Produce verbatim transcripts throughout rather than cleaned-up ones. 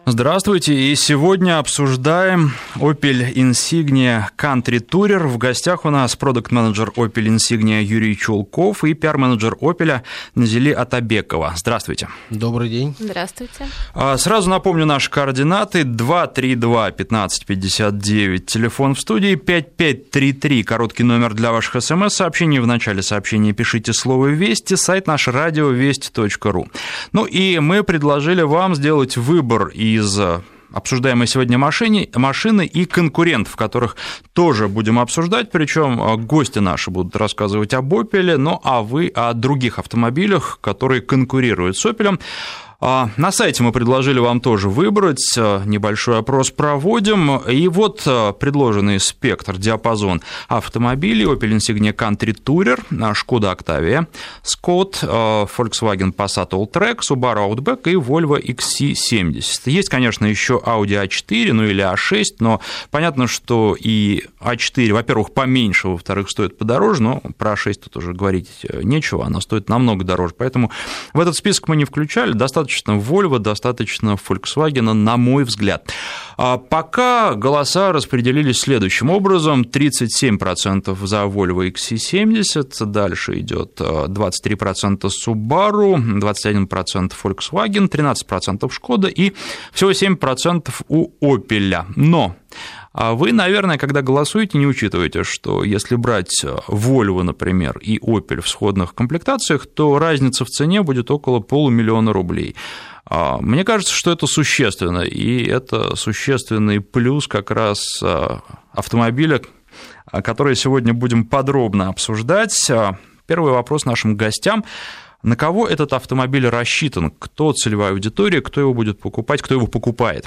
Здравствуйте, и сегодня обсуждаем Opel Insignia Country Tourer. В гостях у нас продакт-менеджер Opel Insignia Юрий Чулков и пиар-менеджер Opel Назили Атабекова. Здравствуйте. Добрый день. Здравствуйте. Сразу напомню наши координаты. два три два пятнадцать пятьдесят девять, телефон в студии, пять пять три три, короткий номер для ваших смс-сообщений. В начале сообщения пишите слово «Вести», сайт наш радио вести точка ру. Ну и мы предложили вам сделать выбор из из обсуждаемой сегодня машины, машины и конкурентов, которых тоже будем обсуждать, причем гости наши будут рассказывать об Opel, ну а вы о других автомобилях, которые конкурируют с Opel. На сайте мы предложили вам тоже выбрать, небольшой опрос проводим, и вот предложенный спектр, диапазон автомобилей: Opel Insignia Country Tourer, Skoda Octavia, Scott, Volkswagen Passat Alltrack, Subaru Outback и Volvo икс си семьдесят. Есть, конечно, еще Audi а четыре, ну или а шесть, но понятно, что и а четыре, во-первых, поменьше, во-вторых, стоит подороже, но про а шесть тут уже говорить нечего, она стоит намного дороже, поэтому в этот список мы не включали. Достаточно Volvo, достаточно Volkswagen, на мой взгляд. А пока голоса распределились следующим образом: тридцать семь процентов за Volvo икс си семьдесят, дальше идет двадцать три процента Subaru, двадцать один процент Volkswagen, тринадцать процентов Skoda и всего семь процентов у Opel. Но а вы, наверное, когда голосуете, не учитываете, что если брать Volvo, например, и Opel в сходных комплектациях, то разница в цене будет около полумиллиона рублей. Мне кажется, что это существенно, и это существенный плюс как раз автомобиля, который сегодня будем подробно обсуждать. Первый вопрос нашим гостям: на кого этот автомобиль рассчитан? Кто целевая аудитория, кто его будет покупать, кто его покупает?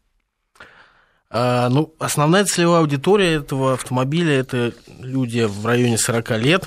Ну, основная целевая аудитория этого автомобиля – это люди в районе сорок лет,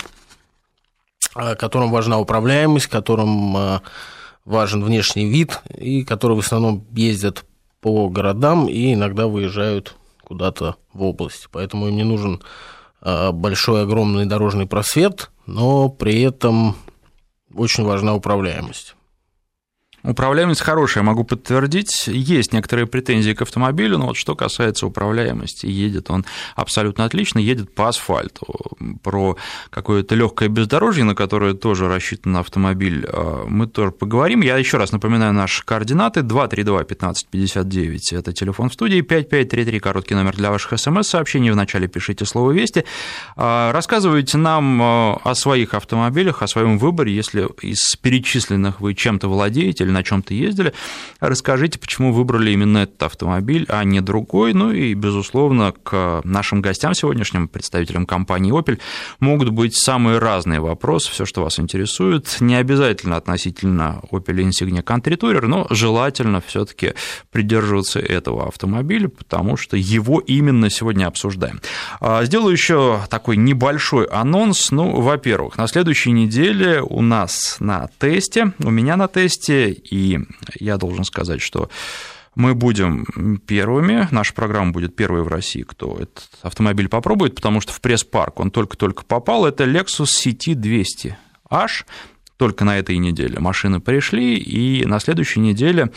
которым важна управляемость, которым важен внешний вид, и которые в основном ездят по городам и иногда выезжают куда-то в область. Поэтому им не нужен большой, огромный дорожный просвет, но при этом очень важна управляемость. Управляемость хорошая, могу подтвердить. Есть некоторые претензии к автомобилю, но вот что касается управляемости, едет он абсолютно отлично, едет по асфальту. Про какое-то легкое бездорожье, на которое тоже рассчитан автомобиль, мы тоже поговорим. Я еще раз напоминаю наши координаты: два три два пятнадцать пятьдесят девять, это телефон в студии, пять пять три три, короткий номер для ваших смс-сообщений. В начале пишите слово «Вести». Рассказывайте нам о своих автомобилях, о своем выборе. Если из перечисленных вы чем-то владеете или на чем-то ездили, расскажите, почему выбрали именно этот автомобиль, а не другой. Ну и, безусловно, к нашим гостям сегодняшним, представителям компании Opel, могут быть самые разные вопросы, все, что вас интересует. Не обязательно относительно Opel Insignia Country Tourer, но желательно все-таки придерживаться этого автомобиля, потому что его именно сегодня обсуждаем. Сделаю еще такой небольшой анонс. Ну, во-первых, на следующей неделе у нас на тесте, у меня на тесте, и я должен сказать, что мы будем первыми, наша программа будет первой в России, кто этот автомобиль попробует, потому что в пресс-парк он только-только попал. Это Lexus си ти двести эйч, только на этой неделе машины пришли, и на следующей неделе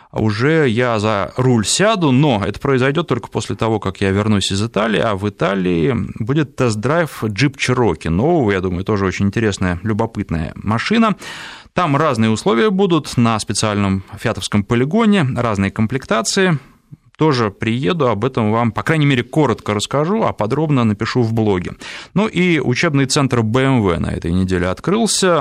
уже я за руль сяду, но это произойдет только после того, как я вернусь из Италии, а в Италии будет тест-драйв Jeep Cherokee нового, я думаю, тоже очень интересная, любопытная машина. Там разные условия будут на специальном фиатовском полигоне, разные комплектации. Тоже приеду, об этом вам, по крайней мере, коротко расскажу, а подробно напишу в блоге. Ну и учебный центр бэ эм вэ на этой неделе открылся.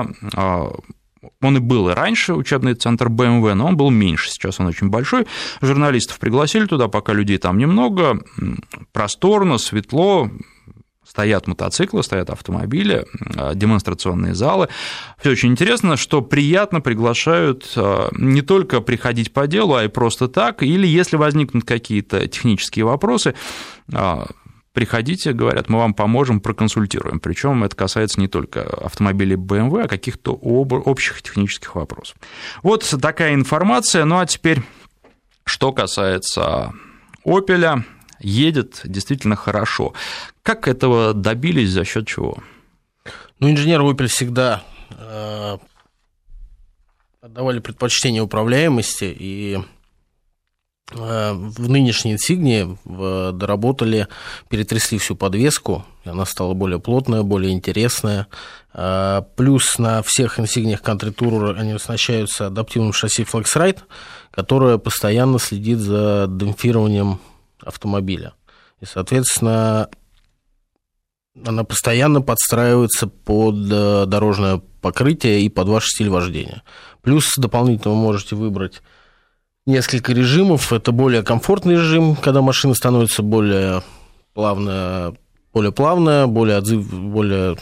Он и был и раньше, учебный центр бэ эм вэ, но он был меньше, сейчас он очень большой. Журналистов пригласили туда, пока людей там немного, просторно, светло. Стоят мотоциклы, стоят автомобили, демонстрационные залы. Все очень интересно, что приятно, приглашают не только приходить по делу, а и просто так, или если возникнут какие-то технические вопросы, приходите, говорят, мы вам поможем, проконсультируем. Причем это касается не только автомобилей бэ эм вэ, а каких-то общих технических вопросов. Вот такая информация. Ну а теперь, что касается Opel, едет действительно хорошо. Как этого добились, за счет чего? Ну, инженеры Opel всегда э, отдавали предпочтение управляемости, и В нынешней Insignia доработали, перетрясли всю подвеску, и она стала более плотная, более интересная. Плюс на всех Insignia Country Tourer они оснащаются адаптивным шасси Flexride, которое постоянно следит за демпфированием автомобиля. И, соответственно, она постоянно подстраивается под дорожное покрытие и под ваш стиль вождения. Плюс дополнительно вы можете выбрать несколько режимов. Это более комфортный режим, когда машина становится более плавная, более плавная, более отзыв, более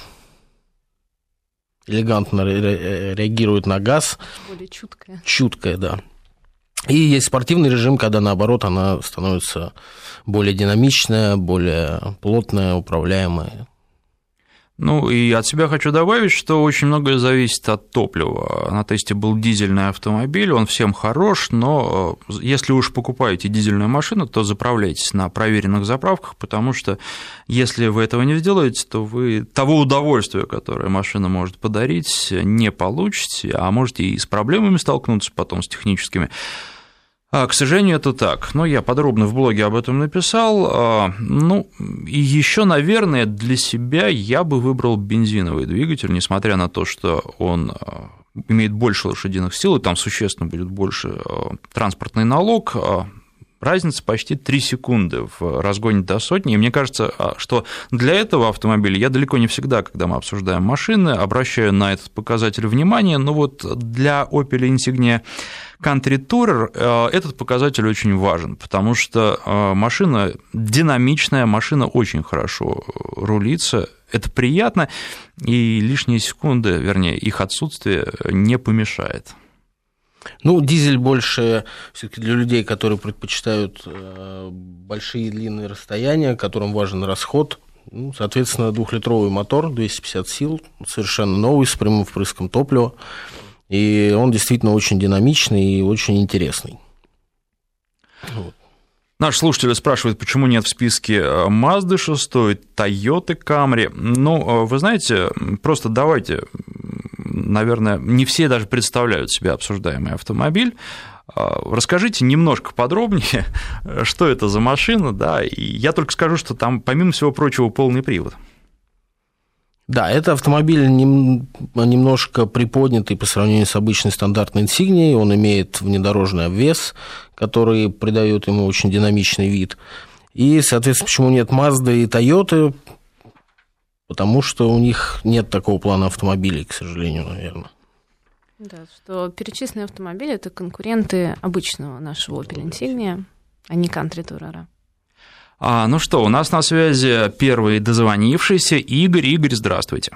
элегантно реагирует на газ. Более чуткая. Чуткая, да. И есть спортивный режим, когда, наоборот, она становится более динамичная, более плотная, управляемая. Ну, и от себя хочу добавить, что очень многое зависит от топлива. На тесте был дизельный автомобиль, он всем хорош, но если уж покупаете дизельную машину, то заправляйтесь на проверенных заправках, потому что если вы этого не сделаете, то вы того удовольствия, которое машина может подарить, не получите, а можете и с проблемами столкнуться потом, с техническими. К сожалению, это так. Но я подробно в блоге об этом написал. Ну, и еще, наверное, для себя я бы выбрал бензиновый двигатель, несмотря на то, что он имеет больше лошадиных сил, и там существенно будет больше транспортный налог. Разница почти три секунды в разгоне до сотни, и мне кажется, что для этого автомобиля я далеко не всегда, когда мы обсуждаем машины, обращаю на этот показатель внимание, но вот для Opel Insignia Country Tourer этот показатель очень важен, потому что машина динамичная, машина очень хорошо рулится, это приятно, и лишние секунды, вернее, их отсутствие не помешает. Ну, дизель больше все-таки для людей, которые предпочитают большие длинные расстояния, которым важен расход. Ну, соответственно, двухлитровый мотор, двести пятьдесят сил, совершенно новый, с прямым впрыском топлива. И он действительно очень динамичный и очень интересный. Вот. Наши слушатели спрашивают, почему нет в списке Mazda шесть, Toyota Camry. Ну, вы знаете, просто давайте, наверное, не все даже представляют себе обсуждаемый автомобиль. Расскажите немножко подробнее, что это за машина, да, и я только скажу, что там, помимо всего прочего, полный привод. Да, это автомобиль немножко приподнятый по сравнению с обычной стандартной Insignia, он имеет внедорожный обвес, который придает ему очень динамичный вид. И, соответственно, почему нет Mazda и Toyota? Потому что у них нет такого плана автомобилей, к сожалению, наверное. Да, что перечисленные автомобили – это конкуренты обычного нашего Opel Insignia, а не Country Tourer. А, ну что, у нас на связи первый дозвонившийся Игорь. Игорь, здравствуйте.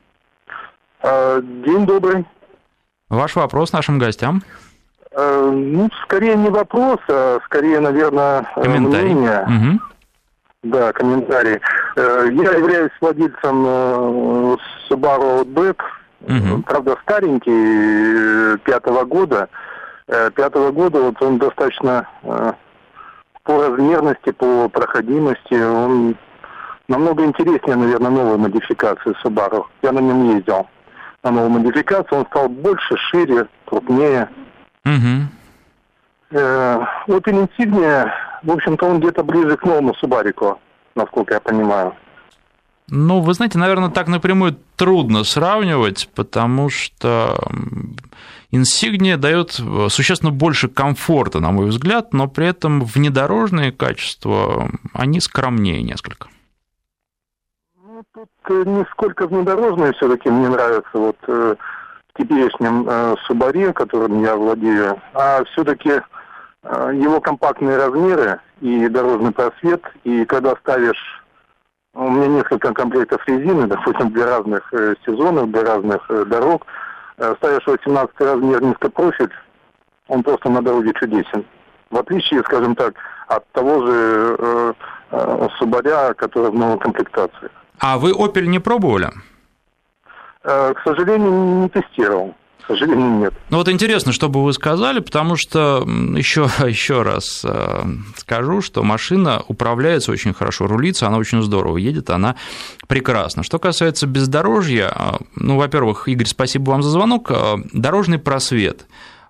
День добрый. Ваш вопрос нашим гостям? Ну, скорее не вопрос, а скорее, наверное, комментарий. Мнение. Угу. Да, комментарий. Я являюсь владельцем Subaru Outback, угу. Правда, старенький, пятого года. Пятого года, вот он достаточно... По размерности, по проходимости, он намного интереснее, наверное, новой модификации Subaru. Я на нем ездил. На новой модификации он стал больше, шире, крупнее. Угу. Э, Opel Insignia, в общем-то, он где-то ближе к новому Subaru, насколько я понимаю. Ну, вы знаете, наверное, так напрямую трудно сравнивать, потому что Insignia дает существенно больше комфорта, на мой взгляд, но при этом внедорожные качества, они скромнее несколько. Ну, тут не сколько внедорожные все-таки мне нравятся вот э, в теперешнем э, Subaru, которым я владею, а все-таки э, его компактные размеры и дорожный просвет, и когда ставишь... У меня несколько комплектов резины, допустим, для разных э, сезонов, для разных э, дорог. Э, ставишь восемнадцатый размер низкопрофиль, он просто на дороге чудесен. В отличие, скажем так, от того же э, э, Subaru, который в новой комплектации. А вы Opel не пробовали? Э, к сожалению, не тестировал. К сожалению, нет. Ну вот интересно, что бы вы сказали, потому что еще, еще раз скажу, что машина управляется очень хорошо, рулится, она очень здорово едет, она прекрасна. Что касается бездорожья, ну, во-первых, Игорь, спасибо вам за звонок. Дорожный просвет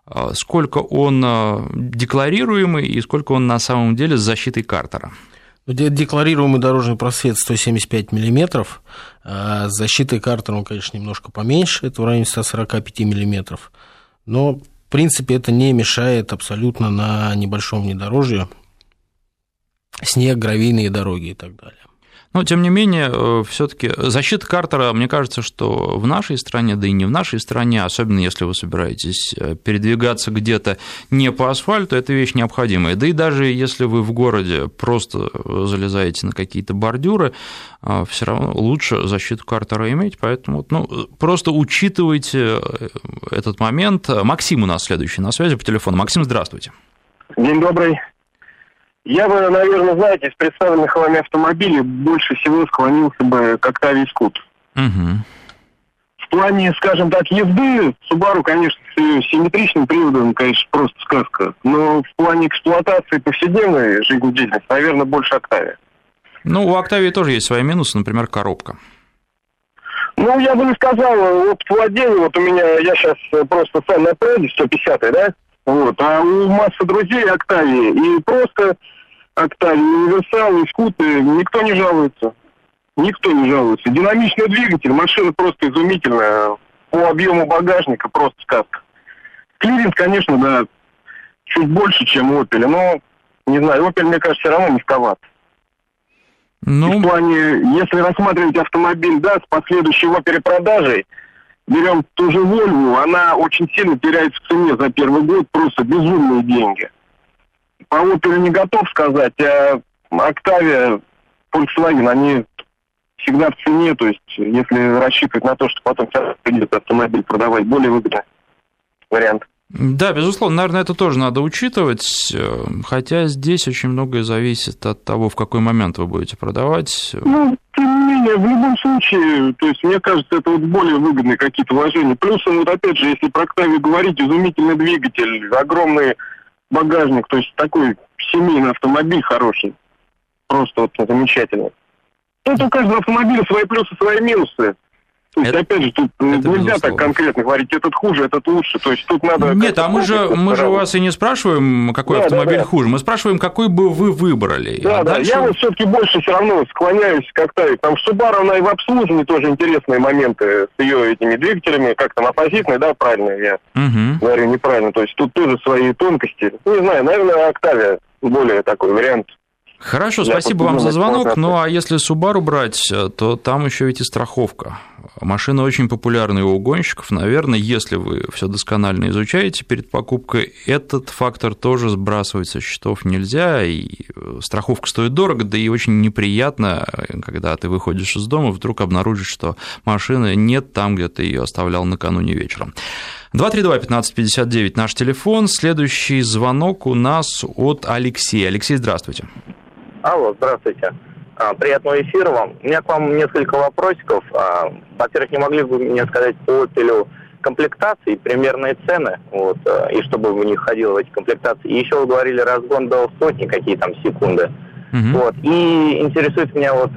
сколько он декларируемый и сколько он на самом деле с защитой картера? Декларируемый дорожный просвет сто семьдесят пять миллиметров, а с защитой картера он, конечно, немножко поменьше, это в районе сто сорок пять миллиметров, но, в принципе, это не мешает абсолютно на небольшом внедорожье, снег, гравийные дороги и так далее. Но, тем не менее, все-таки защита картера, мне кажется, что в нашей стране, да и не в нашей стране, особенно если вы собираетесь передвигаться где-то не по асфальту, это вещь необходимая. Да и даже если вы в городе просто залезаете на какие-то бордюры, все равно лучше защиту картера иметь, поэтому ну, просто учитывайте этот момент. Максим у нас следующий на связи по телефону. Максим, здравствуйте. День добрый. Я бы, наверное, знаете, из представленных вами автомобилей больше всего склонился бы к Octavia Scoot. Угу. В плане, скажем так, езды, Subaru, конечно, с ее симметричным приводом, конечно, просто сказка. Но в плане эксплуатации повседневной жизнедеятельности, наверное, больше Octavia. Ну, у Octavia тоже есть свои минусы, например, коробка. Ну, я бы не сказал, вот владение, вот у меня, я сейчас просто сам на Преде сто пятидесятый, да? Вот, а у массы друзей Octavia, и просто Octavia, универсал, и скуты, никто не жалуется. Никто не жалуется. Динамичный двигатель, машина просто изумительная. По объему багажника просто сказка. Клиренс, конечно, да, чуть больше, чем у Opel, но, не знаю, Opel, мне кажется, все равно низковат. Ну... И в плане, если рассматривать автомобиль, да, с последующей его перепродажей, берем ту же Volvo, она очень сильно теряется в цене за первый год, просто безумные деньги. По Opel не готов сказать, а Octavia, Volkswagen, они всегда в цене, то есть если рассчитывать на то, что потом придется автомобиль продавать, более выгодный вариант. Да, безусловно, наверное, это тоже надо учитывать, хотя здесь очень многое зависит от того, в какой момент вы будете продавать. Ну, тем не менее, в любом случае, то есть, мне кажется, это вот более выгодные какие-то вложения. Плюсом, вот опять же, если про Octavia говорить, изумительный двигатель, огромный багажник, то есть такой семейный автомобиль хороший, просто вот замечательный. Тут у каждого автомобиля свои плюсы, свои минусы. То есть, это, опять же, тут нельзя безусловно. Так конкретно говорить, этот хуже, этот лучше. То есть тут надо... Нет, а мы же, мы же вас и не спрашиваем, какой да, автомобиль да, да. хуже. Мы спрашиваем, какой бы вы выбрали. Да, а да, дальше... я вот все-таки больше все равно склоняюсь к Octavia. Там в Subaru, она и в обслуживании тоже интересные моменты с ее этими двигателями, как там оппозитные, да, правильно я угу. говорю, неправильно. То есть тут тоже свои тонкости. Не знаю, наверное, Octavia более такой вариант. Хорошо, спасибо вам за звонок. Ну, а если Subaru брать, то там еще ведь и страховка. Машина очень популярная у угонщиков. Наверное, если вы все досконально изучаете перед покупкой, этот фактор тоже сбрасывать со счетов нельзя. И страховка стоит дорого, да и очень неприятно, когда ты выходишь из дома, вдруг обнаружишь, что машины нет там, где ты ее оставлял накануне вечером. два три два пятнадцать пятьдесят девять наш телефон. Следующий звонок у нас от Алексея. Алексей, здравствуйте. Алло, здравствуйте. Приятного эфира вам. У меня к вам несколько вопросиков. Во-первых, не могли бы мне сказать по Opel комплектации, примерные цены, вот, и чтобы в них входило в эти комплектации. И еще вы говорили разгон до сотни, какие там секунды. Uh-huh. Вот. И интересует меня, вот,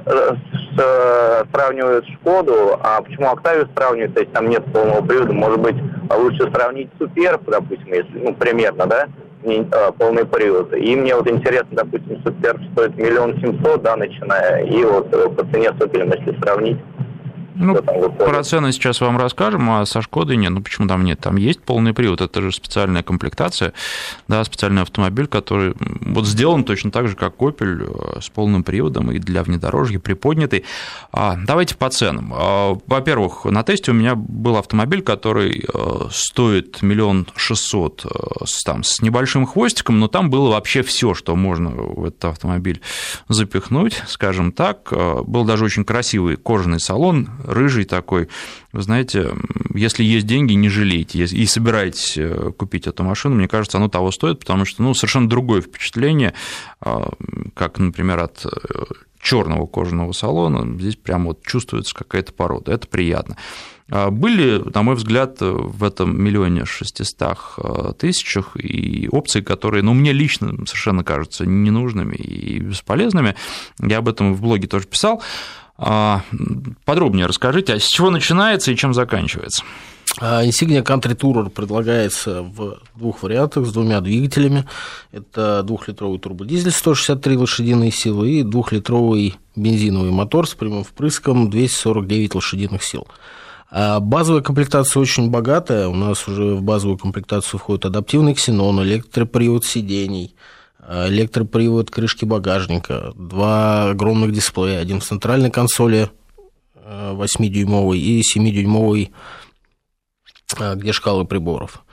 с, сравнивают Шкоду, а почему Octavia сравнивают, то есть там нет полного привода, может быть, лучше сравнить Суперб, допустим, если, ну, примерно, да, не, а, полный привод. И мне вот интересно, допустим, Суперб стоит миллион семьсот, да, начиная, и вот по цене с Opel, если сравнить. Ну, про цены сейчас вам расскажем, а со Шкодой нет. Ну, почему там нет? Там есть полный привод, это же специальная комплектация, да, специальный автомобиль, который вот сделан точно так же, как Opel, с полным приводом и для внедорожья приподнятый. Давайте по ценам. Во-первых, на тесте у меня был автомобиль, который стоит миллион шестьсот там, с небольшим хвостиком, но там было вообще все, что можно в этот автомобиль запихнуть, скажем так. Был даже очень красивый кожаный салон, рыжий такой. Вы знаете, если есть деньги, не жалейте. И собираетесь купить эту машину, мне кажется, оно того стоит, потому что, ну, совершенно другое впечатление, как, например, от черного кожаного салона. Здесь прям вот чувствуется какая-то порода. Это приятно. Были, на мой взгляд, в этом миллионе шестистах тысячах и опции, которые, ну, мне лично совершенно кажутся ненужными и бесполезными. Я об этом в блоге тоже писал. Подробнее расскажите, а с чего начинается и чем заканчивается? Insignia Country Tourer предлагается в двух вариантах с двумя двигателями. Это двухлитровый турбодизель сто шестьдесят три лошадиные силы и двухлитровый бензиновый мотор с прямым впрыском двести сорок девять лошадиных сил. Базовая комплектация очень богатая. У нас уже в базовую комплектацию входит адаптивный ксенон, электропривод сидений, электропривод крышки багажника, два огромных дисплея, один в центральной консоли восьмидюймовый и семидюймовый, где шкалы приборов.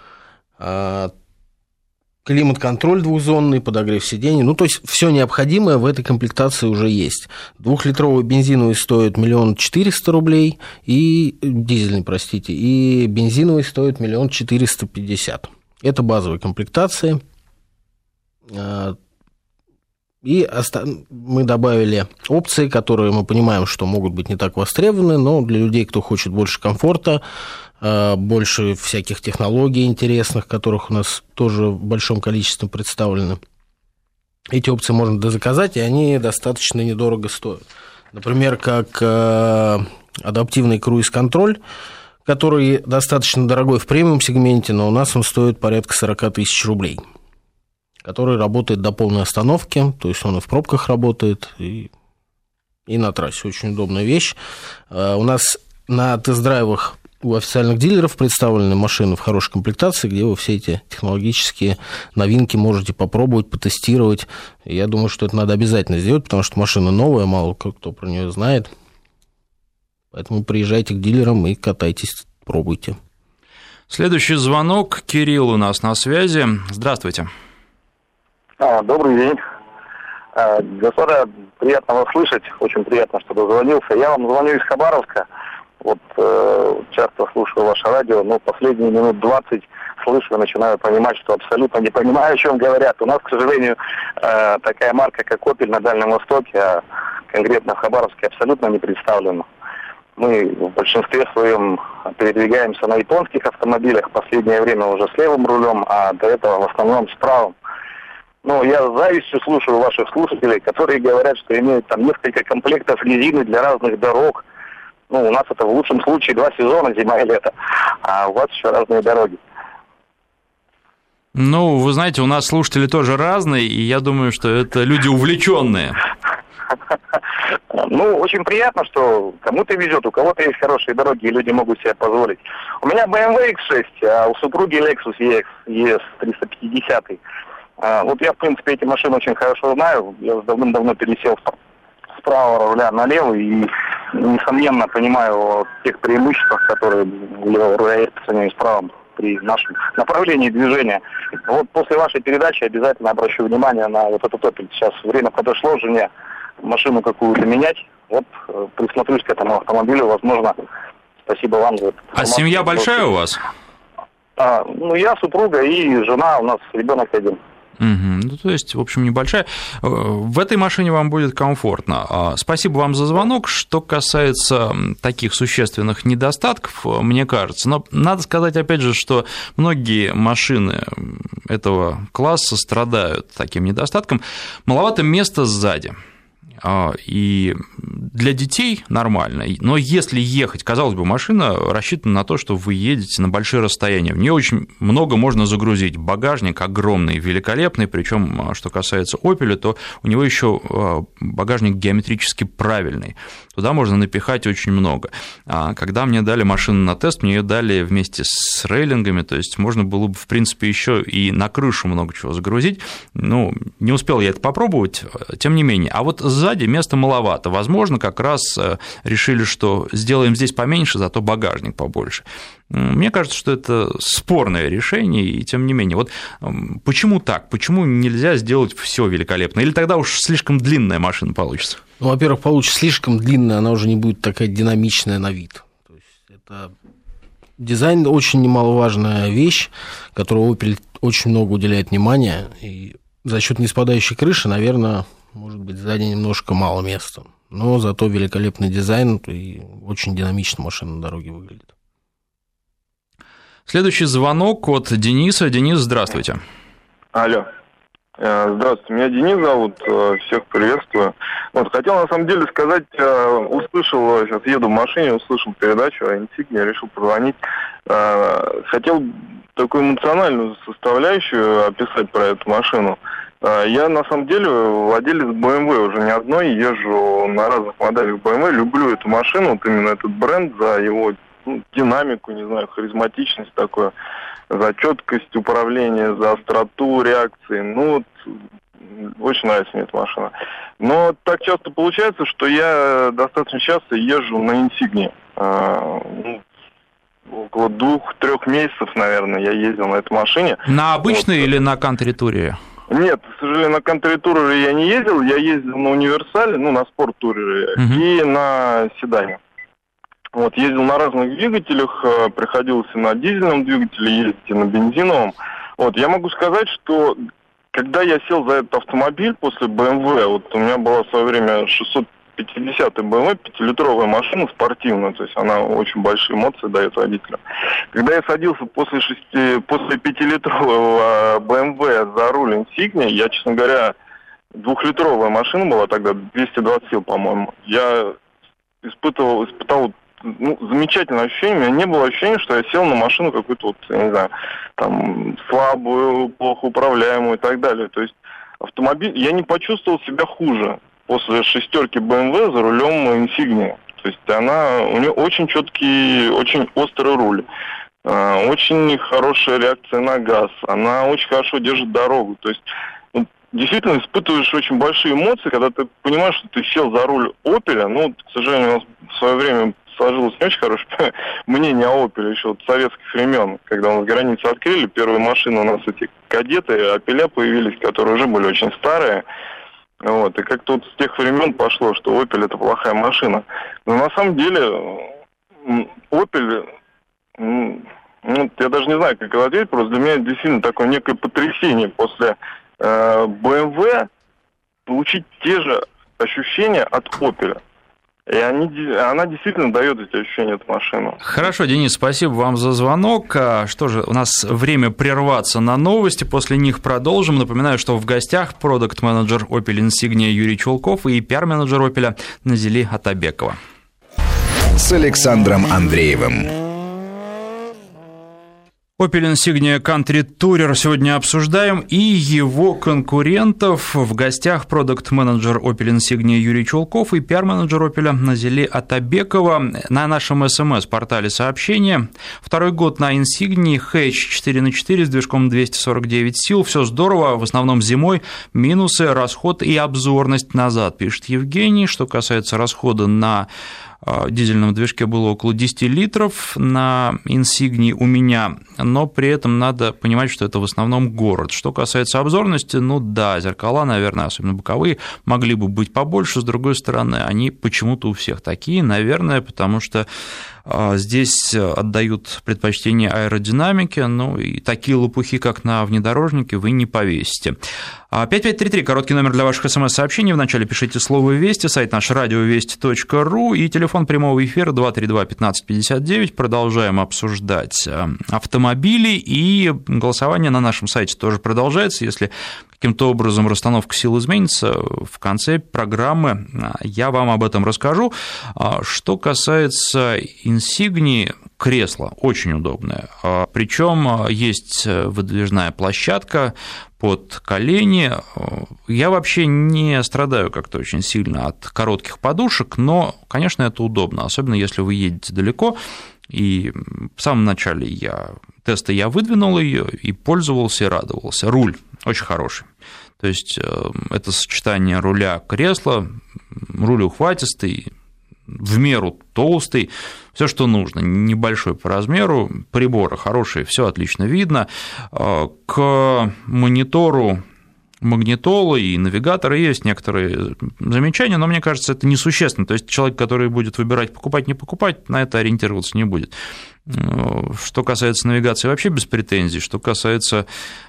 Климат-контроль двухзонный, подогрев сидений. Ну, то есть, все необходимое в этой комплектации уже есть. Двухлитровый бензиновый стоит миллион четыреста рублей, и дизельный, простите, и бензиновый стоит миллион четыреста пятьдесят. Это базовые комплектации. И мы добавили опции, которые мы понимаем, что могут быть не так востребованы, но для людей, кто хочет больше комфорта, больше всяких технологий интересных, которых у нас тоже в большом количестве представлены. Эти опции можно дозаказать, и они достаточно недорого стоят. Например, как адаптивный круиз-контроль, который достаточно дорогой в премиум-сегменте, но у нас он стоит порядка сорок тысяч рублей, который работает до полной остановки, то есть он и в пробках работает, и, и на трассе. Очень удобная вещь. У нас на тест-драйвах у официальных дилеров представлены машины в хорошей комплектации, где вы все эти технологические новинки можете попробовать, потестировать. И я думаю, что это надо обязательно сделать, потому что машина новая, мало кто про нее знает. Поэтому приезжайте к дилерам и катайтесь, пробуйте. Следующий звонок. Кирилл у нас на связи. Здравствуйте. А, добрый день. А, господа, приятно вас слышать. Очень приятно, что дозвонился. Я вам звоню из Хабаровска. Вот э, часто слушаю ваше радио, но последние минут двадцать слышу и начинаю понимать, что абсолютно не понимаю, о чем говорят. У нас, к сожалению, э, такая марка, как Opel на Дальнем Востоке, а конкретно в Хабаровске, абсолютно не представлена. Мы в большинстве своем передвигаемся на японских автомобилях, в последнее время уже с левым рулем, а до этого в основном с правым. Но я с завистью слушаю ваших слушателей, которые говорят, что имеют там несколько комплектов резины для разных дорог. Ну, у нас это в лучшем случае два сезона, зима и лето, а у вас еще разные дороги. Ну, вы знаете, у нас слушатели тоже разные, и я думаю, что это люди увлеченные. Ну, очень приятно, что кому-то везет, у кого-то есть хорошие дороги, и люди могут себе позволить. У меня бэ эм вэ икс шесть, а у супруги Lexus и экс и эс триста пятьдесят. Вот я, в принципе, эти машины очень хорошо знаю. Я давным-давно пересел с правого руля на левый и, несомненно, понимаю о тех преимуществах, которые у левого руля есть по сравнению с правым при нашем направлении движения. Вот после вашей передачи обязательно обращу внимание на вот этот Opel. Сейчас время подошло жене машину какую-то менять. Вот присмотрюсь к этому автомобилю, возможно. Спасибо вам за это. А семья большая у вас? А, ну, я, супруга и жена, у нас ребенок один. Угу. Ну, то есть, в общем, небольшая. В этой машине вам будет комфортно. Спасибо вам за звонок. Что касается таких существенных недостатков, мне кажется, но надо сказать, опять же, что многие машины этого класса страдают таким недостатком. Маловато места сзади. И для детей нормально, но если ехать, казалось бы, машина рассчитана на то, что вы едете на большие расстояния, в нее очень много можно загрузить, багажник огромный, великолепный, причем, что касается Opel, то у него еще багажник геометрически правильный, туда можно напихать очень много. Когда мне дали машину на тест, мне ее дали вместе с рейлингами, то есть можно было бы, в принципе, еще и на крышу много чего загрузить, ну, не успел я это попробовать, тем не менее, а вот сзади места маловато. Возможно, как раз решили, что сделаем здесь поменьше, зато багажник побольше. Мне кажется, что это спорное решение, и тем не менее. Вот почему так? Почему нельзя сделать все великолепно? Или тогда уж слишком длинная машина получится? Ну, во-первых, получится слишком длинная, она уже не будет такая динамичная на вид. То есть это дизайн очень немаловажная вещь, которой Opel очень много уделяет внимания, и за счет неспадающей крыши, наверное, может быть, сзади немножко мало места, но зато великолепный дизайн и очень динамично машина на дороге выглядит. Следующий звонок от Дениса. Денис, здравствуйте. Алло. Здравствуйте, меня Денис зовут, всех приветствую. Вот, хотел на самом деле сказать, услышал, сейчас еду в машине, услышал передачу о Insignia, решил позвонить. Хотел такую эмоциональную составляющую описать про эту машину. Я на самом деле владелец бэ эм вэ уже не одной, езжу на разных моделях бэ эм вэ, люблю эту машину, вот именно этот бренд за его ну, динамику, не знаю, харизматичность такую, за четкость управления, за остроту реакции. Ну, вот, очень нравится мне эта машина. Но так часто получается, что я достаточно часто езжу на Insignia. А, ну, около двух-трех месяцев, наверное, я ездил на этой машине. На обычной вот. Или на кантри-туре? Нет, к сожалению, на кантри-туре я не ездил. Я ездил на универсале, ну, на спорт-туре uh-huh. и на седане. Вот, ездил на разных двигателях, приходилось и на дизельном двигателе ездить, и на бензиновом. Вот, я могу сказать, что когда я сел за этот автомобиль после бэ эм вэ, вот у меня была в свое время шестьсот пятидесятая бэ эм вэ, пятилитровая машина спортивная, то есть она очень большие эмоции дает водителю. Когда я садился после, шести, после пятилитрового бэ эм вэ за руль Insignia, я, честно говоря, двухлитровая машина была тогда, двести двадцать сил, по-моему, я испытывал, испытал ну, замечательное ощущение. У меня не было ощущения, что я сел на машину какую-то, вот, я не знаю, там, слабую, плохо управляемую и так далее. То есть автомобиль, я не почувствовал себя хуже после шестерки бэ эм вэ за рулем Insignia. То есть она, у нее очень четкий, очень острый руль, очень хорошая реакция на газ, она очень хорошо держит дорогу. То есть действительно испытываешь очень большие эмоции, когда ты понимаешь, что ты сел за руль Opel. Ну, к сожалению, у нас в свое время сложилось не очень хорошее мнение о Opel еще от советских времен, когда у нас границы открыли, первые машины у нас эти кадеты, Опеля появились, которые уже были очень старые. Вот, и как-то вот с тех времен пошло, что Opel это плохая машина. Но на самом деле Opel, ну, я даже не знаю, как это ответить, просто для меня это действительно такое некое потрясение после э, бэ эм вэ получить те же ощущения от Opel. И они, она действительно дает эти ощущения, эту машину. Хорошо, Денис, спасибо вам за звонок. Что же, у нас время прерваться на новости, после них продолжим. Напоминаю, что в гостях продакт-менеджер Opel Insignia Юрий Чулков и пиар-менеджер Opel Назили Атабекова. С Александром Андреевым. Opel Insignia Country Tourer сегодня обсуждаем, и его конкурентов. В гостях продакт-менеджер Opel Insignia Юрий Чулков и пиар-менеджер Opel Назили Атабекова. На нашем эс эм эс-портале сообщения. Второй год на Insignia, хэтч четыре на четыре с движком двести сорок девять сил. Все здорово, в основном зимой. Минусы, расход и обзорность назад, пишет Евгений. Что касается расхода на дизельном движке, было около десять литров на Insignia у меня, но при этом надо понимать, что это в основном город. Что касается обзорности, ну да, зеркала, наверное, особенно боковые, могли бы быть побольше, с другой стороны, они почему-то у всех такие, наверное, потому что здесь отдают предпочтение аэродинамике, ну и такие лопухи, как на внедорожнике, вы не повесите. пять пять три три, короткий номер для ваших смс-сообщений. Вначале пишите слово «Вести», сайт наш радиовести точка ру и телефон прямого эфира два три два пятнадцать пятьдесят девять. Продолжаем обсуждать автомобили, и голосование на нашем сайте тоже продолжается. Если каким-то образом расстановка сил изменится, в конце программы я вам об этом расскажу. Что касается Insignia, кресло очень удобное, причем есть выдвижная площадка под колени. Я вообще не страдаю как-то очень сильно от коротких подушек, но, конечно, это удобно, особенно если вы едете далеко. И в самом начале я, теста я выдвинул ее и пользовался, и радовался. Руль очень хороший. То есть это сочетание руля кресла, руль ухватистый, в меру толстый, все, что нужно, небольшой по размеру, приборы хорошие, все отлично видно. К монитору магнитолы и навигаторы есть некоторые замечания, но мне кажется, это несущественно. То есть человек, который будет выбирать, покупать, не покупать, на это ориентироваться не будет. Что касается навигации, вообще без претензий. Что касается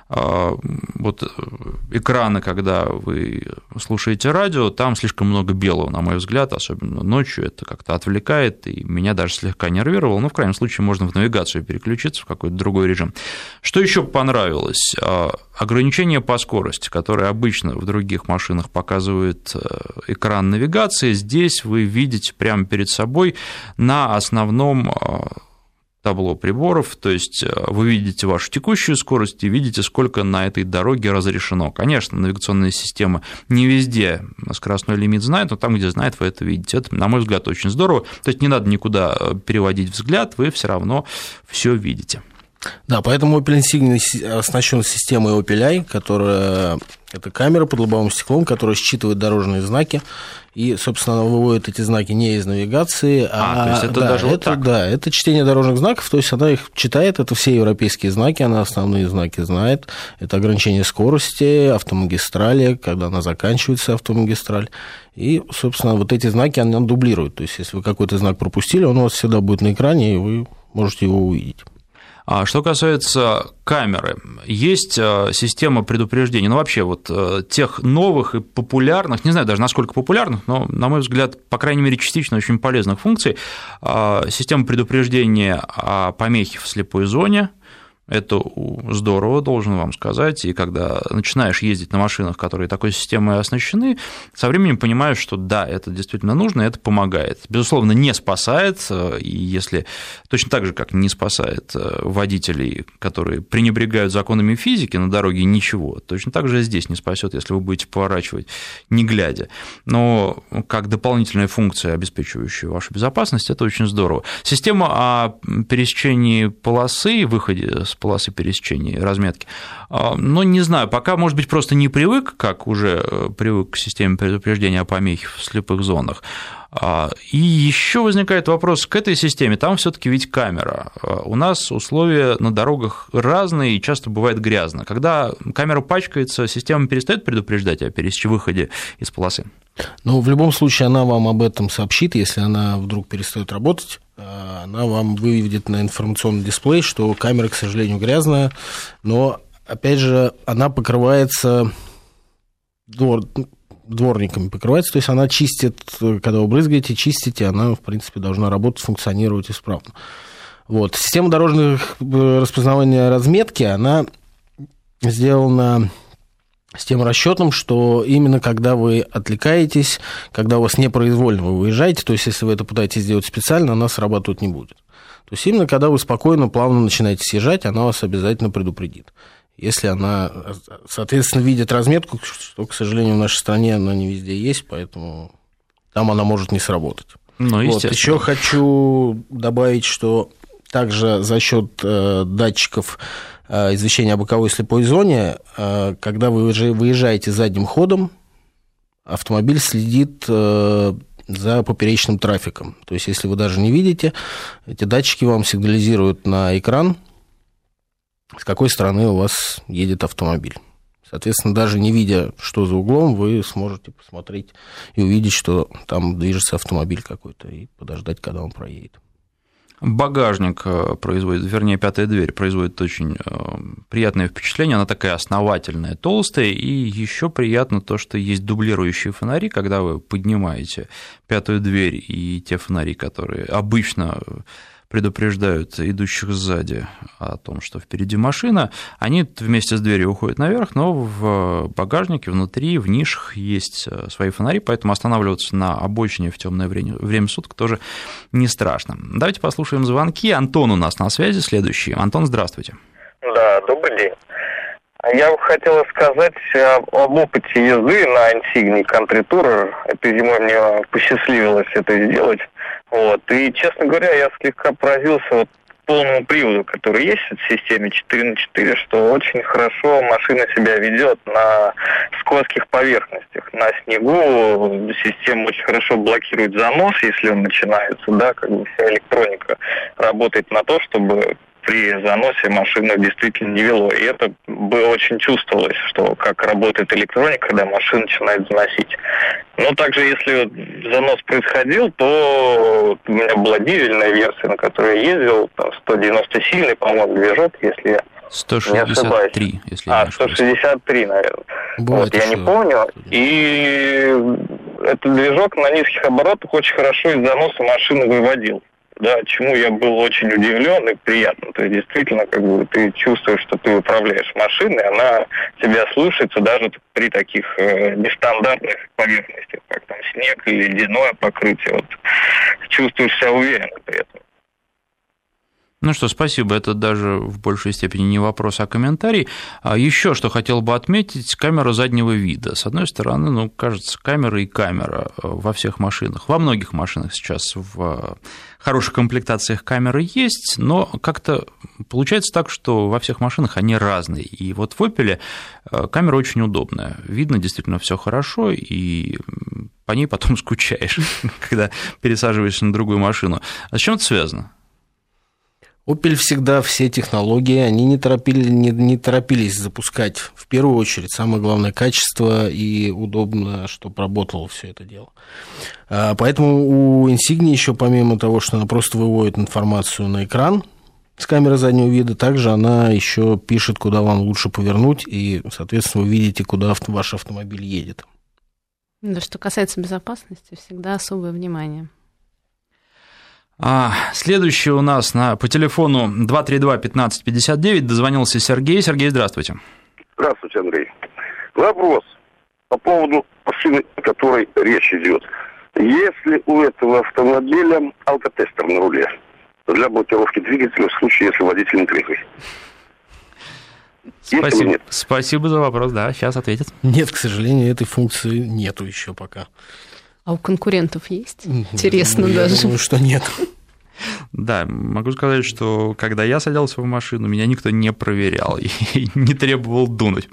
вот экрана, когда вы слушаете радио, там слишком много белого, на мой взгляд, особенно ночью, это как-то отвлекает, и меня даже слегка нервировало, но в крайнем случае можно в навигацию переключиться, в какой-то другой режим. Что еще понравилось? Ограничение по скорости, которое обычно в других машинах показывает экран навигации, здесь вы видите прямо перед собой на основном табло приборов, то есть вы видите вашу текущую скорость и видите, сколько на этой дороге разрешено. Конечно, навигационная система не везде скоростной лимит знает, но там, где знает, вы это видите. Это, на мой взгляд, очень здорово. То есть не надо никуда переводить взгляд, вы все равно все видите. Да, поэтому Opel Insignia оснащен системой Opel Eye, которая это камера под лобовым стеклом, которая считывает дорожные знаки, и, собственно, она выводит эти знаки не из навигации, а, а то есть это да, даже это, вот так. Да, это чтение дорожных знаков, то есть она их читает, это все европейские знаки, она основные знаки знает, это ограничение скорости, автомагистрали, когда она заканчивается, автомагистраль, и, собственно, вот эти знаки она дублирует, то есть если вы какой-то знак пропустили, он у вас всегда будет на экране, и вы можете его увидеть. Что касается камеры, есть система предупреждений, ну вообще вот тех новых и популярных, не знаю даже насколько популярных, но, на мой взгляд, по крайней мере, частично очень полезных функций, система предупреждения о помехе в слепой зоне. Это здорово, должен вам сказать, и когда начинаешь ездить на машинах, которые такой системой оснащены, со временем понимаешь, что да, это действительно нужно, и это помогает. Безусловно, не спасает, и если точно так же, как не спасает водителей, которые пренебрегают законами физики на дороге, ничего, точно так же здесь не спасет, если вы будете поворачивать не глядя. Но как дополнительная функция, обеспечивающая вашу безопасность, это очень здорово. Система о пересечении полосы, выходе с полосы пересечения и разметки. Но не знаю, пока, может быть, просто не привык, как уже привык к системе предупреждения о помехе в слепых зонах. И еще возникает вопрос к этой системе, там все-таки ведь камера. У нас условия на дорогах разные и часто бывает грязно. Когда камера пачкается, система перестает предупреждать о выходе из полосы? Ну, в любом случае, она вам об этом сообщит, если она вдруг перестает работать. Она вам выведет на информационный дисплей, что камера, к сожалению, грязная, но, опять же, она покрывается двор... дворниками покрывается, то есть она чистит, когда вы брызгаете, чистите, она, в принципе, должна работать, функционировать исправно. Вот. Система дорожных распознавания разметки, она сделана с тем расчетом, что именно когда вы отвлекаетесь, когда у вас непроизвольно вы выезжаете, то есть если вы это пытаетесь сделать специально, она срабатывать не будет. То есть именно когда вы спокойно, плавно начинаете съезжать, она вас обязательно предупредит. Если она, соответственно, видит разметку, что, к сожалению, в нашей стране она не везде есть, поэтому там она может не сработать. Ну, вот. Еще хочу добавить, что также за счет датчиков извещения о боковой слепой зоне, когда вы выезжаете задним ходом, автомобиль следит за поперечным трафиком. То есть, если вы даже не видите, эти датчики вам сигнализируют на экран, с какой стороны у вас едет автомобиль. Соответственно, даже не видя, что за углом, вы сможете посмотреть и увидеть, что там движется автомобиль какой-то, и подождать, когда он проедет. Багажник производит, вернее, пятая дверь производит очень приятное впечатление, она такая основательная, толстая, и еще приятно то, что есть дублирующие фонари, когда вы поднимаете пятую дверь, и те фонари, которые обычно предупреждают идущих сзади о том, что впереди машина, они вместе с дверью уходят наверх, но в багажнике, внутри, в нишах есть свои фонари, поэтому останавливаться на обочине в темное время, время суток тоже не страшно. Давайте послушаем звонки. Антон у нас на связи следующий. Антон, здравствуйте. Да, добрый день. Я бы хотел сказать об опыте езды на Insignia Country Tourer. Этой зимой мне посчастливилось это сделать. Вот. И, честно говоря, я слегка поразился вот полному приводу, который есть в системе четыре на четыре, что очень хорошо машина себя ведет на скользких поверхностях. На снегу система очень хорошо блокирует занос, если он начинается, да, как бы вся электроника работает на то, чтобы при заносе машину действительно не вело. И это было очень чувствовалось, что как работает электроника, когда машина начинает заносить. Но также, если занос происходил, то у меня была дизельная версия, на которой я ездил, там сто девяносто сильный, по-моему, движок, если я сто шестьдесят три, если а, я не ошибаюсь. сто шестьдесят три, наверное. Бывает, вот, я не помню. И этот движок на низких оборотах очень хорошо из заноса машину выводил. Да, чему я был очень удивлен и приятно. То есть, действительно, как бы ты чувствуешь, что ты управляешь машиной, она тебя слушается даже при таких э, нестандартных поверхностях, как там снег или ледяное покрытие. Вот, чувствуешь себя уверенно при этом. Ну что, спасибо, это даже в большей степени не вопрос, а комментарий. А еще что хотел бы отметить, камера заднего вида. С одной стороны, ну, кажется, камера и камера во всех машинах. Во многих машинах сейчас в хороших комплектациях камеры есть, но как-то получается так, что во всех машинах они разные. И вот в Opel камера очень удобная. Видно действительно все хорошо, и по ней потом скучаешь, когда пересаживаешься на другую машину. А с чем это связано? Opel всегда все технологии, они не, торопили, не, не торопились запускать. В первую очередь, самое главное, качество и удобно, чтобы работало все это дело. Поэтому у Insignia еще, помимо того, что она просто выводит информацию на экран с камеры заднего вида, также она еще пишет, куда вам лучше повернуть, и, соответственно, вы видите, куда ваш автомобиль едет. Да, что касается безопасности, всегда особое внимание. А, следующий у нас на, по телефону два три два пятнадцать пятьдесят девять дозвонился Сергей. Сергей, здравствуйте. Здравствуйте, Андрей. Вопрос по поводу машины, о которой речь идет. Есть ли у этого автомобиля алкотестер на руле для блокировки двигателя в случае, если водитель не трезвый? Спасибо. Спасибо за вопрос, да, сейчас ответят. Нет, к сожалению, этой функции нету еще пока. А у конкурентов есть? Интересно ну, даже. Я думаю, что нет. Да, могу сказать, что когда я садился в машину, меня никто не проверял и не требовал дунуть.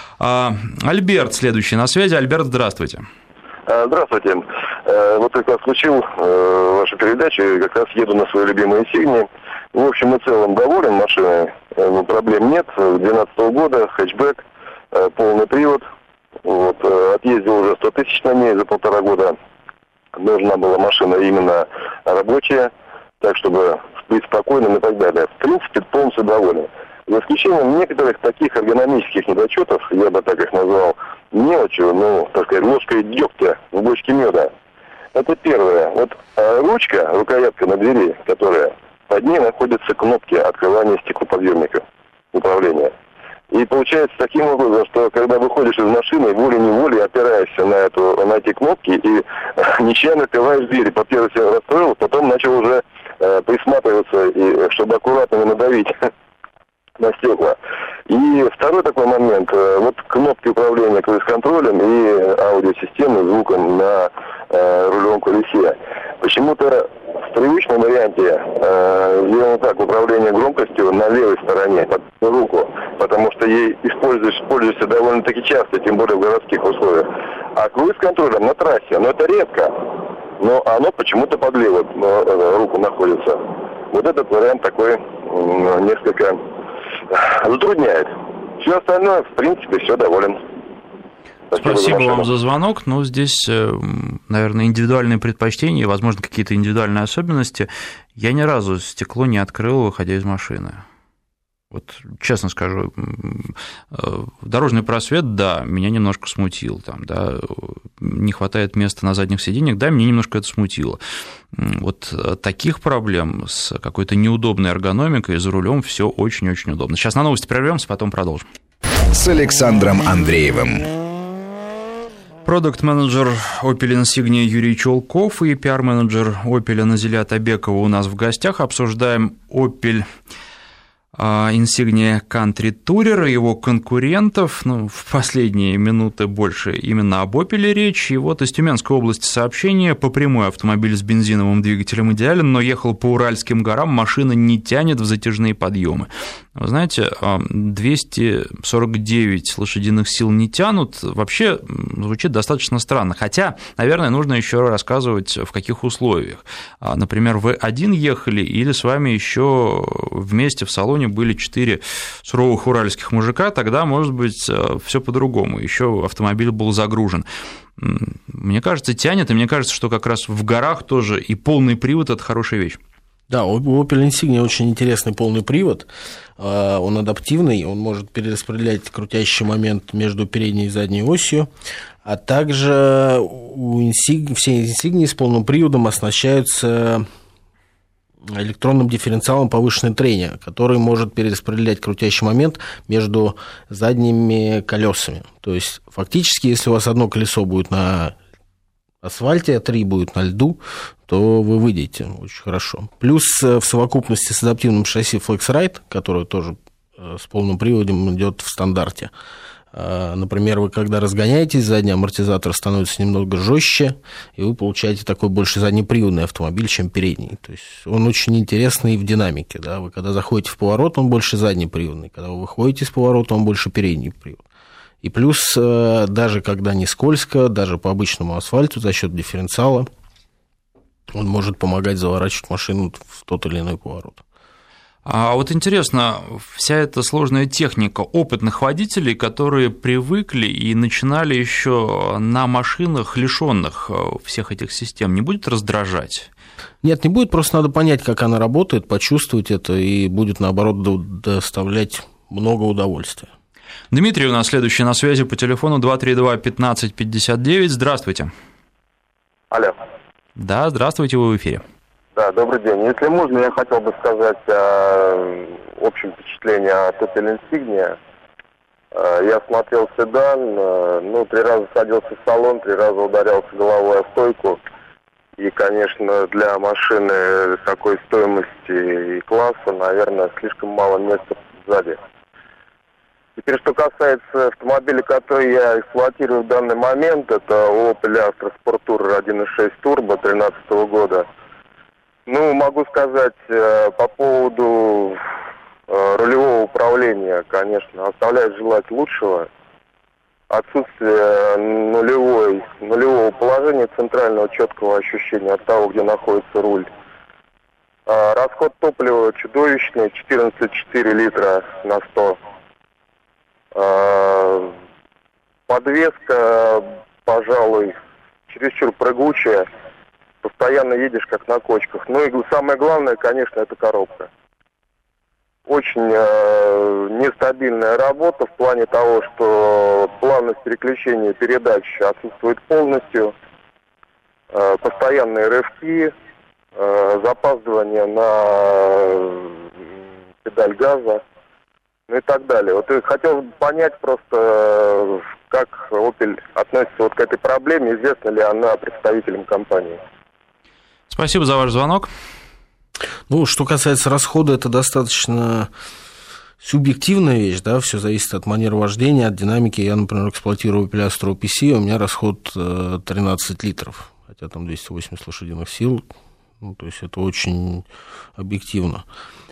Альберт следующий на связи. Альберт, здравствуйте. Здравствуйте. Вот как раз включил вашу передачу, как раз еду на свою любимую Insignia. В общем и целом доволен машиной, проблем нет. две тысячи двенадцатого года, хэтчбэк, полный привод. Вот, отъездил уже сто тысяч на ней за полтора года. Нужна была машина именно рабочая, так чтобы быть спокойным и так далее. В принципе, полностью доволен. За исключением некоторых таких эргономических недочетов, я бы так их назвал, мелочью, ну, так сказать, ложкой дегтя в бочке меда. Это первое. Вот ручка, рукоятка на двери, которая, под ней находятся кнопки открывания стеклоподъемника управления. И получается таким образом, что когда выходишь из машины, волей-неволей опираешься на, эту, на эти кнопки и нечаянно открываешь двери. По-первых, себя расстроил, потом начал уже э, присматриваться, и, чтобы аккуратно не надавить на стекла. И второй такой момент, э, вот кнопки управления круиз-контролем и аудиосистемы звуком на э, рулевом колесе. Почему-то в привычном варианте э, сделано так, управление громкостью на левой стороне, под руку, потому что ей используешь, используешься довольно-таки часто, тем более в городских условиях. А круиз-контролем на трассе, но это редко, но оно почему-то под левой э, руку находится. Вот этот вариант такой э, несколько затрудняет. Все остальное, в принципе, все доволен. Спасибо, Спасибо вам за звонок. Ну, здесь, наверное, индивидуальные предпочтения, возможно, какие-то индивидуальные особенности. Я ни разу стекло не открыл, выходя из машины. Вот, честно скажу, дорожный просвет, да, меня немножко смутил. Там, да, не хватает места на задних сиденьях, да, меня немножко это смутило. Вот таких проблем с какой-то неудобной эргономикой за рулем все очень-очень удобно. Сейчас на новости прервемся, потом продолжим. С Александром Андреевым. Продакт-менеджер Opel Insignia Юрий Чулков и пиар-менеджер Opel Назиля Табекова у нас в гостях. Обсуждаем Opel Insignia Country Tourer и его конкурентов. Ну, в последние минуты больше именно об Opel речь. И вот из Тюменской области сообщение. По прямой автомобиль с бензиновым двигателем идеален, но ехал по Уральским горам, машина не тянет в затяжные подъемы. Вы знаете, двести сорок девять лошадиных сил не тянут, вообще звучит достаточно странно. Хотя, наверное, нужно еще рассказывать, в каких условиях. Например, вы один ехали или с вами еще вместе в салоне были четыре суровых уральских мужика, тогда, может быть, все по-другому. Еще автомобиль был загружен. Мне кажется, тянет, и мне кажется, что как раз в горах тоже и полный привод – это хорошая вещь. Да, у Opel Insignia очень интересный полный привод, он адаптивный, он может перераспределять крутящий момент между передней и задней осью, а также у Insignia, все Insignia с полным приводом оснащаются электронным дифференциалом повышенной трения, который может перераспределять крутящий момент между задними колесами. То есть фактически, если у вас одно колесо будет на асфальте, а три будет на льду, то вы выйдете очень хорошо. Плюс в совокупности с адаптивным шасси FlexRide, которое тоже с полным приводом идет в стандарте. Например, вы когда разгоняетесь, задний амортизатор становится немного жестче, и вы получаете такой больше заднеприводный автомобиль, чем передний. То есть он очень интересный в динамике. Да? Вы когда заходите в поворот, он больше заднеприводный. Когда вы выходите из поворота, он больше передний привод. И плюс, даже когда не скользко, даже по обычному асфальту за счет дифференциала, он может помогать заворачивать машину в тот или иной поворот. А вот интересно, вся эта сложная техника опытных водителей, которые привыкли и начинали еще на машинах, лишенных всех этих систем, не будет раздражать? Нет, не будет, просто надо понять, как она работает, почувствовать это, и будет, наоборот, доставлять много удовольствия. Дмитрий у нас следующий на связи по телефону два три два пятнадцать пятьдесят девять. Здравствуйте. Алло. Да, здравствуйте, вы в эфире. Да, добрый день. Если можно, я хотел бы сказать о общем впечатлении от Opel Insignia. Я смотрел седан, ну, три раза садился в салон, три раза ударялся головой о стойку. И, конечно, для машины такой стоимости и класса, наверное, слишком мало места сзади. Теперь, что касается автомобиля, который я эксплуатирую в данный момент, это Opel Astra Sport Tourer один и шесть Turbo две тысячи тринадцатого года. Ну, могу сказать, по поводу рулевого управления, конечно, оставляет желать лучшего. Отсутствие нулевой, нулевого положения, центрального четкого ощущения от того, где находится руль. Расход топлива чудовищный, четырнадцать целых четыре десятых литра на сто. Подвеска, пожалуй, чересчур прыгучая, постоянно едешь как на кочках. Ну и самое главное, конечно, это коробка. Очень э, нестабильная работа в плане того, что плавность переключения передач отсутствует полностью, э, постоянные рывки, э, запаздывание на педаль газа. Ну и так далее. Вот я хотел понять просто, как Opel относится вот к этой проблеме, известна ли она представителям компании. Спасибо за ваш звонок. Ну, что касается расхода, это достаточно субъективная вещь, да, все зависит от манеры вождения, от динамики. Я, например, эксплуатирую Opel Astra о пи си, у меня расход тринадцать литров, хотя там двести восемьдесят лошадиных сил, ну, то есть это очень объективно.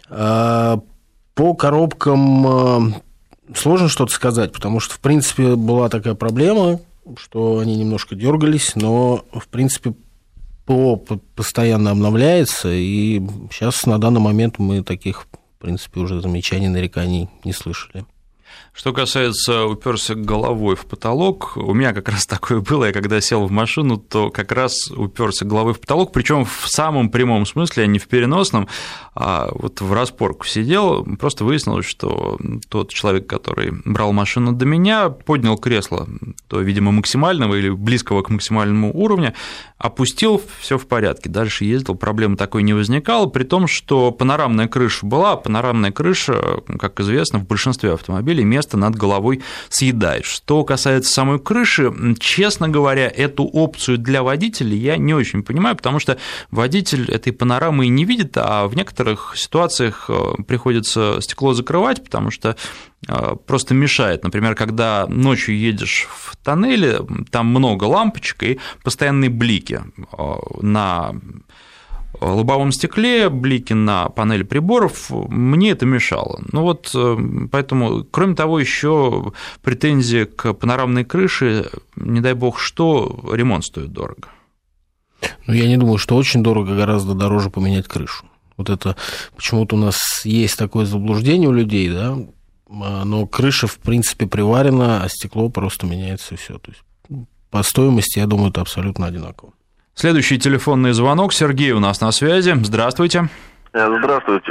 По коробкам сложно что-то сказать, потому что, в принципе, была такая проблема, что они немножко дергались, но, в принципе, ПО постоянно обновляется, и сейчас на данный момент мы таких, в принципе, уже замечаний, нареканий не слышали. Что касается уперся головой в потолок, у меня как раз такое было, я когда сел в машину, то как раз уперся головой в потолок, причем в самом прямом смысле, а не в переносном, а вот в распорку сидел, просто выяснилось, что тот человек, который брал машину до меня, поднял кресло, то, видимо, максимального или близкого к максимальному уровню, опустил, все в порядке, дальше ездил, проблемы такой не возникало, при том, что панорамная крыша была, панорамная крыша, как известно, в большинстве автомобилей место над головой съедает. Что касается самой крыши, честно говоря, эту опцию для водителей я не очень понимаю, потому что водитель этой панорамы и не видит, а в некоторых ситуациях приходится стекло закрывать, потому что просто мешает. Например, когда ночью едешь в тоннеле, там много лампочек и постоянные блики на лобовом стекле, блики на панели приборов, мне это мешало. Ну вот, поэтому, кроме того, еще претензии к панорамной крыше, не дай бог что, ремонт стоит дорого. Ну, я не думаю, что очень дорого, гораздо дороже поменять крышу. Вот это почему-то у нас есть такое заблуждение у людей, да, но крыша, в принципе, приварена, а стекло просто меняется, и все. То есть по стоимости, я думаю, это абсолютно одинаково. Следующий телефонный звонок. Сергей у нас на связи. Здравствуйте. Здравствуйте.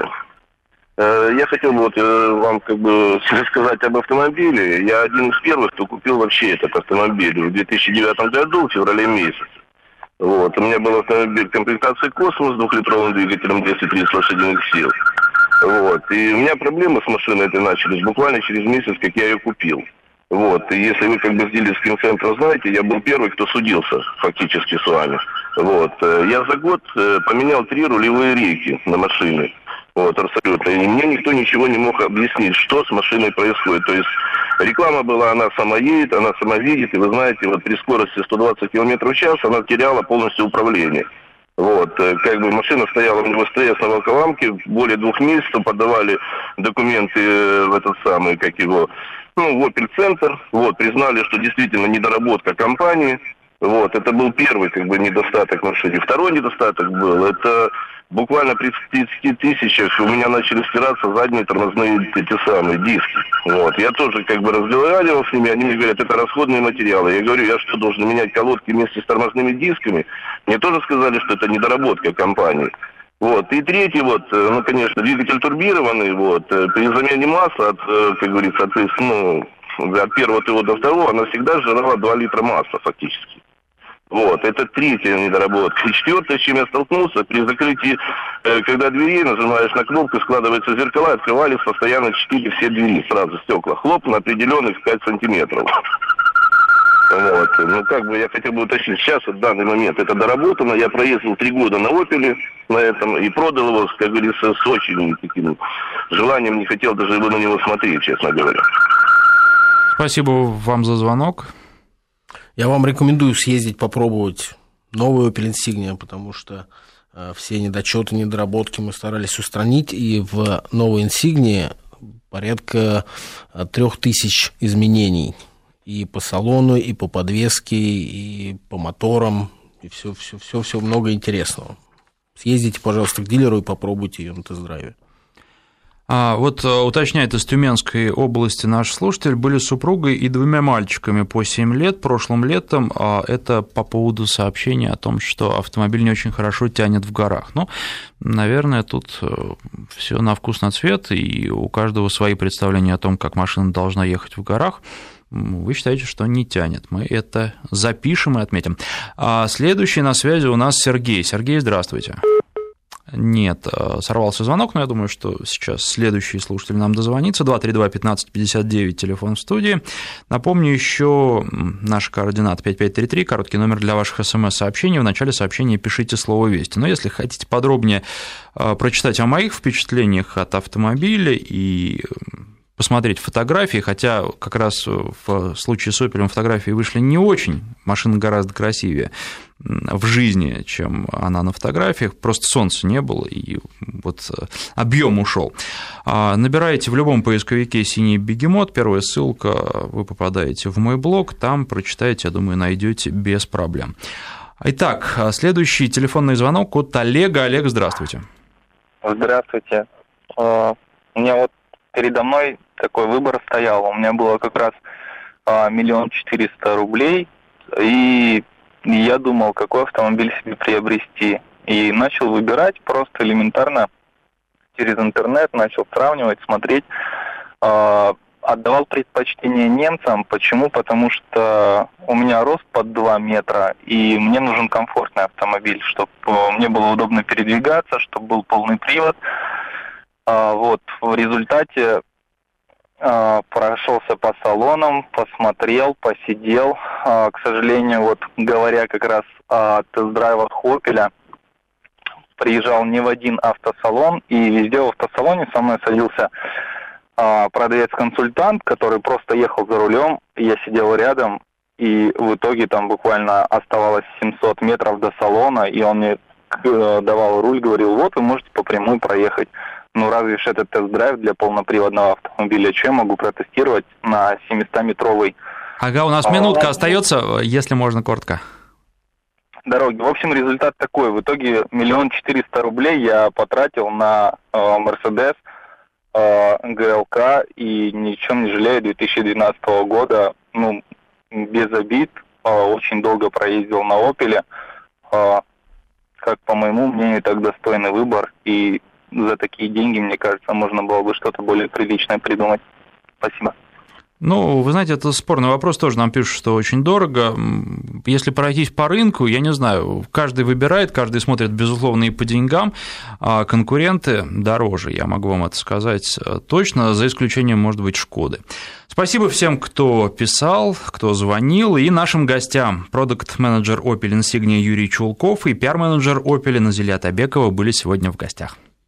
Я хотел бы вот вам как бы рассказать об автомобиле. Я один из первых, кто купил вообще этот автомобиль в две тысячи девятом году, в феврале месяце. Вот. У меня был автомобиль комплектации «Космос» с двухлитровым двигателем двести тридцать лошадиных сил. Вот. И у меня проблемы с машиной этой начались буквально через месяц, как я ее купил. Вот. И если вы как бы с дилерским центром знаете, я был первый, кто судился фактически с вами. Вот. Я за год поменял три рулевые рейки на машине. Вот, абсолютно. И мне никто ничего не мог объяснить, что с машиной происходит. То есть реклама была, она сама едет, она сама видит, и вы знаете, вот при скорости сто двадцать километров в час она теряла полностью управление. Вот, как бы машина стояла у него стояла на волоколамке, более двух месяцев подавали документы в этот самый, как его, ну, в Opel-центр, вот, признали, что действительно недоработка компании. Вот, это был первый, как бы, недостаток машины. Второй недостаток был, это буквально при тридцати тысячах у меня начали стираться задние тормозные эти самые диски. Вот, я тоже, как бы, разговаривал с ними, они мне говорят, это расходные материалы. Я говорю, я что, должен менять колодки вместе с тормозными дисками? Мне тоже сказали, что это недоработка компании. Вот, и третий, вот, ну, конечно, двигатель турбированный, вот, при замене масла, от, как говорится, от, ну, от первого ТО до второго, она всегда жрала два литра масла, фактически. Вот, это третья недоработка. И четвертое, с чем я столкнулся, при закрытии, э, когда двери нажимаешь на кнопку, складываются зеркала, открывались постоянно четыре все двери, сразу стекла. Хлоп на определенных пять сантиметров. Вот, ну как бы я хотел бы уточнить, сейчас, в данный момент, это доработано, я проездил три года на Opel на этом и продал его, как говорится, с очень таким желанием, не хотел даже его на него смотреть, честно говоря. Спасибо вам за звонок. Я вам рекомендую съездить попробовать новую Opel Insignia, потому что э, все недочеты, недоработки мы старались устранить, и в новой Insignia порядка трех тысяч изменений и по салону, и по подвеске, и по моторам, и все, все, все, все много интересного. Съездите, пожалуйста, к дилеру и попробуйте ее на тест-драйве. А, вот уточняет из Тюменской области наш слушатель, были с супругой и двумя мальчиками по семь лет прошлым летом. А это по поводу сообщения о том, что автомобиль не очень хорошо тянет в горах. Ну, наверное, тут все на вкус, на цвет, и у каждого свои представления о том, как машина должна ехать в горах. Вы считаете, что не тянет. Мы это запишем и отметим. А следующий на связи у нас Сергей. Сергей, здравствуйте. Нет, сорвался звонок, но я думаю, что сейчас следующий слушатель нам дозвонится. два три два пятнадцать пятьдесят девять, телефон в студии. Напомню еще наши координаты пять пять три три, короткий номер для ваших смс-сообщений. В начале сообщения пишите слово «Вести». Но если хотите подробнее прочитать о моих впечатлениях от автомобиля и посмотреть фотографии, хотя как раз в случае с Opel фотографии вышли не очень, машина гораздо красивее в жизни, чем она на фотографиях, просто солнца не было, и вот объем ушел. Набираете в любом поисковике «Синий бегемот», первая ссылка, вы попадаете в мой блог, там прочитаете, я думаю, найдете без проблем. Итак, следующий телефонный звонок от Олега. Олег, здравствуйте. Здравствуйте. У меня вот передо мной такой выбор стоял. У меня было как раз миллион четыреста рублей, и я думал, какой автомобиль себе приобрести. И начал выбирать просто элементарно через интернет, начал сравнивать, смотреть. Отдавал предпочтение немцам. Почему? Потому что у меня рост под два метра, и мне нужен комфортный автомобиль, чтобы мне было удобно передвигаться, чтобы был полный привод. Вот, в результате э, прошелся по салонам, посмотрел, посидел. Э, к сожалению, вот говоря как раз о тест-драйвах Opel, приезжал не в один автосалон, и везде в автосалоне со мной садился э, продавец-консультант, который просто ехал за рулем, я сидел рядом, и в итоге там буквально оставалось семьсот метров до салона, и он мне давал руль, говорил, вот вы можете по прямой проехать. Ну разве ж это тест-драйв для полноприводного автомобиля? Что я могу протестировать на семистометровой? Ага, у нас минутка остается, если можно коротко. Дороги. В общем, результат такой. В итоге миллион четыреста рублей я потратил на Мерседес э, ГЛК и ни в чем не жалею. две тысячи двенадцатого года, ну, без обид, э, очень долго проездил на Опеле. Э, как по моему мнению, так достойный выбор. И за такие деньги, мне кажется, можно было бы что-то более приличное придумать. Спасибо. Ну, вы знаете, это спорный вопрос, тоже нам пишут, что очень дорого. Если пройтись по рынку, я не знаю, каждый выбирает, каждый смотрит, безусловно, и по деньгам, а конкуренты дороже, я могу вам это сказать точно, за исключением, может быть, Шкоды. Спасибо всем, кто писал, кто звонил, и нашим гостям. Продакт-менеджер Opel Insignia Юрий Чулков и пиар-менеджер Opel Назиля Табекова были сегодня в гостях.